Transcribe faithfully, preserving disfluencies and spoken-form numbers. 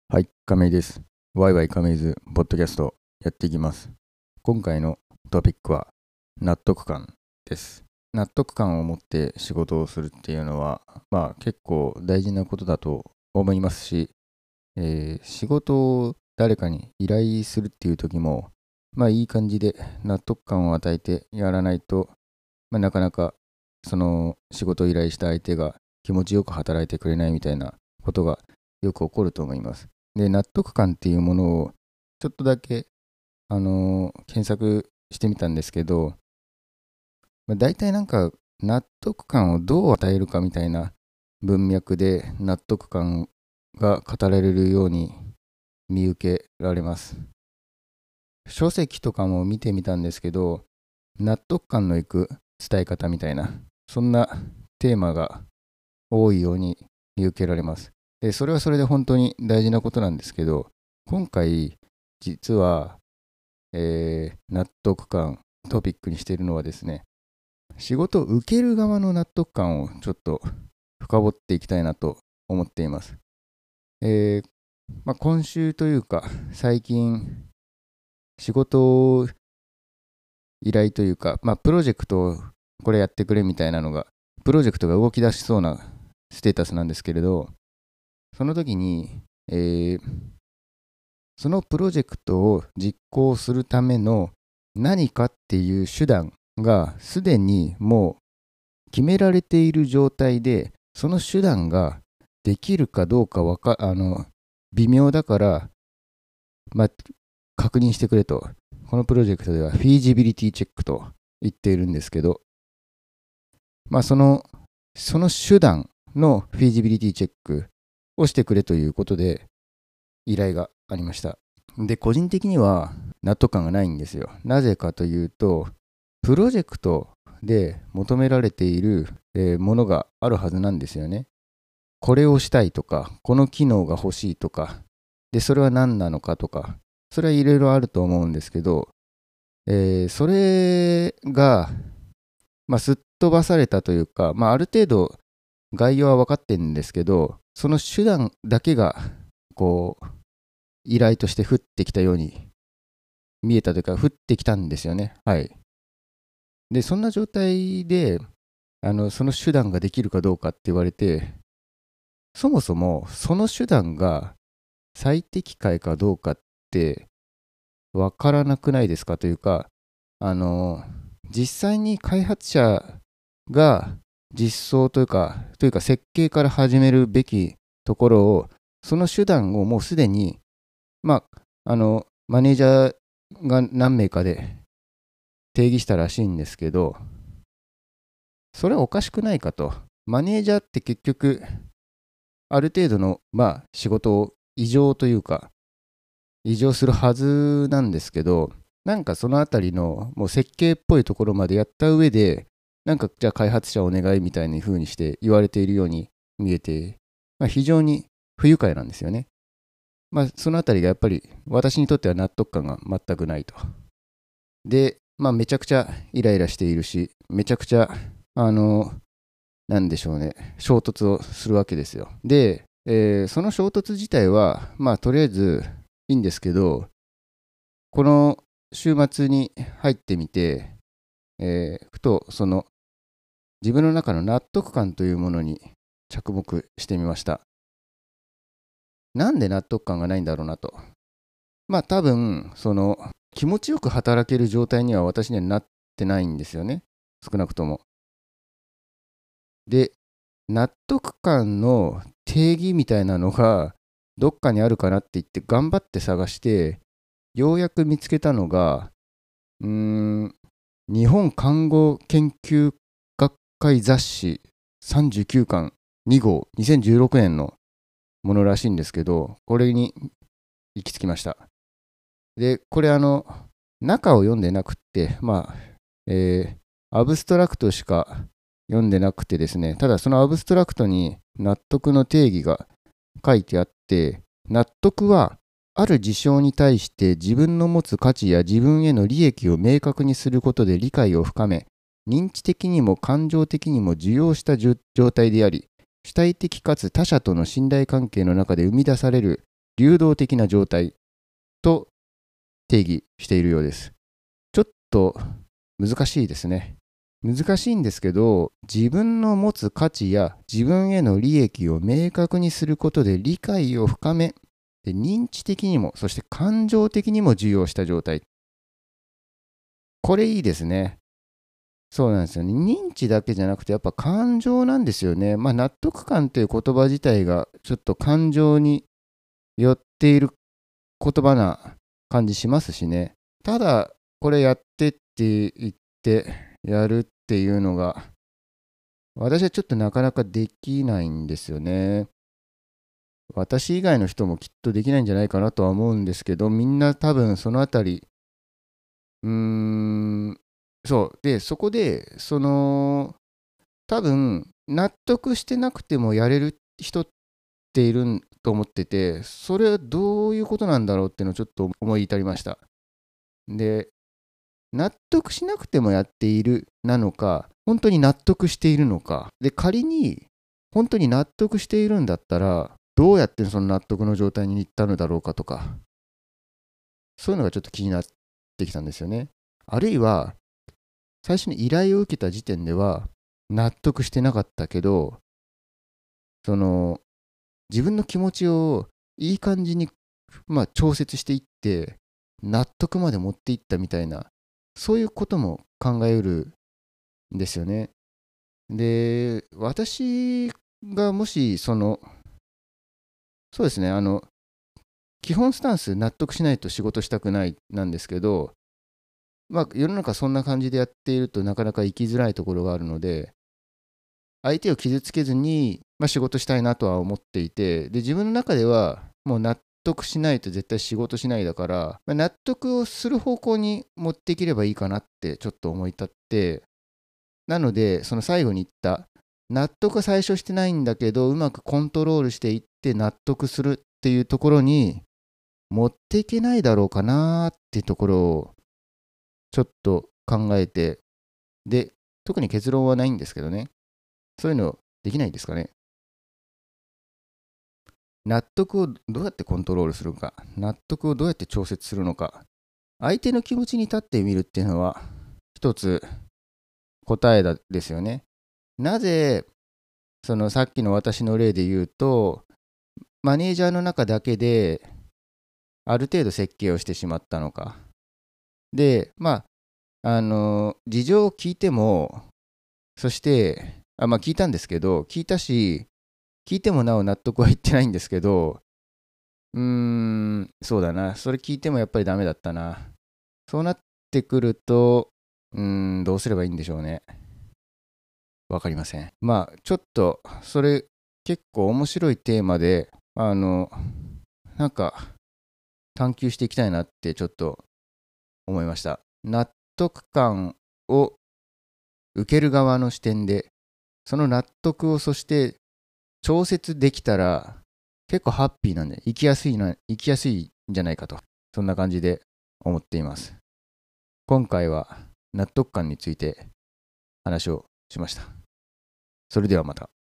はい、亀井です。ワイワイ亀井ズポッドキャストやっていきます。今回のトピックは納得感です。納得感を持って仕事をするっていうのは、まあ結構大事なことだと思いますし、えー仕事を誰かに依頼するっていう時も、まあいい感じで納得感を与えてやらないと、まあ、なかなかその仕事を依頼した相手が気持ちよく働いてくれないみたいなことがよく起こると思います。で、納得感っていうものをちょっとだけ、あのー検索してみたんですけど、まあ、大体なんか納得感をどう与えるかみたいな文脈で納得感が語られるように見受けられます。書籍とかも見てみたんですけど、納得感のいく伝え方みたいな、そんなテーマが多いように見受けられます。で、それはそれで本当に大事なことなんですけど、今回、実は、えー納得感トピックにしているのはですね、仕事を受ける側の納得感をちょっと深掘っていきたいなと思っています。えーまあ、今週というか、最近、仕事依頼というか、まあ、プロジェクトをこれやってくれみたいなのが、プロジェクトが動き出しそうなステータスなんですけれど、その時に、えーそのプロジェクトを実行するための何かっていう手段がすでにもう決められている状態で、その手段ができるかどうかわかあの微妙だから、まあ、確認してくれと。このプロジェクトではフィージビリティチェックと言っているんですけど、まあ、そのその手段のフィージビリティチェックをしてくれということで依頼がありました。で、個人的には納得感がないんですよ。なぜかというと、プロジェクトで求められている、えーものがあるはずなんですよね。これをしたいとか、この機能が欲しいとか、で、それは何なのかとか、それはいろいろあると思うんですけど、えーそれが、まあ、すっ飛ばされたというか、まあ、ある程度概要は分かってるんですけど、その手段だけが、こう、依頼として降ってきたように見えたというか、降ってきたんですよね。はい。で、そんな状態で、あの、その手段ができるかどうかって言われて、そもそもその手段が最適解かどうかってわからなくないですかというか、あの、実際に開発者が実装というか、というか設計から始めるべきところを、その手段をもうすでに、まあ、あの、マネージャーが何名かで定義したらしいんですけど、それはおかしくないかと。マネージャーって結局、ある程度の、まあ、仕事を異常というか、異常するはずなんですけど、なんかそのあたりのもう設計っぽいところまでやった上で、なんかじゃあ開発者お願いみたいな風にして言われているように見えて、まあ、非常に不愉快なんですよね。まあ、そのあたりがやっぱり私にとっては納得感が全くないと。で、まあ、めちゃくちゃイライラしているし、めちゃくちゃ、あの、なんでしょうね、衝突をするわけですよ。で、えーその衝突自体は、まあ、とりあえずいいんですけど、この週末に入ってみて、えーふとその自分の中の納得感というものに着目してみました。なんで納得感がないんだろうなと。まあ多分、その気持ちよく働ける状態には私にはなってないんですよね。少なくとも。で、納得感の定義みたいなのがどっかにあるかなって言って頑張って探して、ようやく見つけたのが、うーん、日本看護研究学会雑誌さんじゅうきゅうかんに号にせんじゅうろくねんのものらしいんですけど、これに行き着きました。で、これあの、中を読んでなくって、まあ、えーアブストラクトしか読んでなくてですね、ただそのアブストラクトに納得の定義が書いてあって、納得はある事象に対して自分の持つ価値や自分への利益を明確にすることで理解を深め、認知的にも感情的にも受容した状態であり、主体的かつ他者との信頼関係の中で生み出される流動的な状態と定義しているようです。ちょっと難しいですね。難しいんですけど、自分の持つ価値や自分への利益を明確にすることで理解を深め、で認知的にも、そして感情的にも重要した状態。これいいですね。そうなんですよね。認知だけじゃなくて、やっぱ感情なんですよね。まあ、納得感という言葉自体が、ちょっと感情に寄っている言葉な感じしますしね。ただ、これやってって言って、やるっていうのが、私はちょっとなかなかできないんですよね。私以外の人もきっとできないんじゃないかなとは思うんですけど、みんな多分そのあたり、うーん、そう。で、そこで、その、多分、納得してなくてもやれる人っていると思ってて、それはどういうことなんだろうっていうのをちょっと思い至りました。で、納得しなくてもやっているなのか、本当に納得しているのか。で、仮に本当に納得しているんだったら、どうやってその納得の状態に行ったのだろうかとか、そういうのがちょっと気になってきたんですよね。あるいは、最初に依頼を受けた時点では、納得してなかったけど、その、自分の気持ちをいい感じに、まあ、調節していって、納得まで持っていったみたいな、そういうことも考えうるんですよね。で、私がもし、その、そうですね、あの、基本スタンス、納得しないと仕事したくないなんですけど、まあ、世の中そんな感じでやっているとなかなか生きづらいところがあるので、相手を傷つけずに、まあ、仕事したいなとは思っていて、で、自分の中では、もう納得しないと絶対仕事しないだから、まあ、納得をする方向に持っていければいいかなってちょっと思い立って、なので、その最後に言った、納得は最初してないんだけど、うまくコントロールしていって納得するっていうところに持っていけないだろうかなっていうところをちょっと考えて、で、特に結論はないんですけどね、そういうのできないんですかね。納得をどうやってコントロールするのか、納得をどうやって調節するのか、相手の気持ちに立ってみるっていうのは、一つ答えだですよね。なぜ、そのさっきの私の例で言うと、マネージャーの中だけで、ある程度設計をしてしまったのか。で、まあ、あの、事情を聞いても、そして、あまあ聞いたんですけど、聞いたし、聞いてもなお納得はいってないんですけど、うーん、そうだな。それ聞いてもやっぱりダメだったな。そうなってくると、うーん、どうすればいいんでしょうね。わかりません。まあ、ちょっと、それ結構面白いテーマで、あの、なんか探求していきたいなってちょっと思いました。納得感を受ける側の視点で、その納得をそして調節できたら、結構ハッピーなんで、生きやすいな、生きやすいんじゃないかと、そんな感じで思っています。今回は納得感について話をしました。それではまた。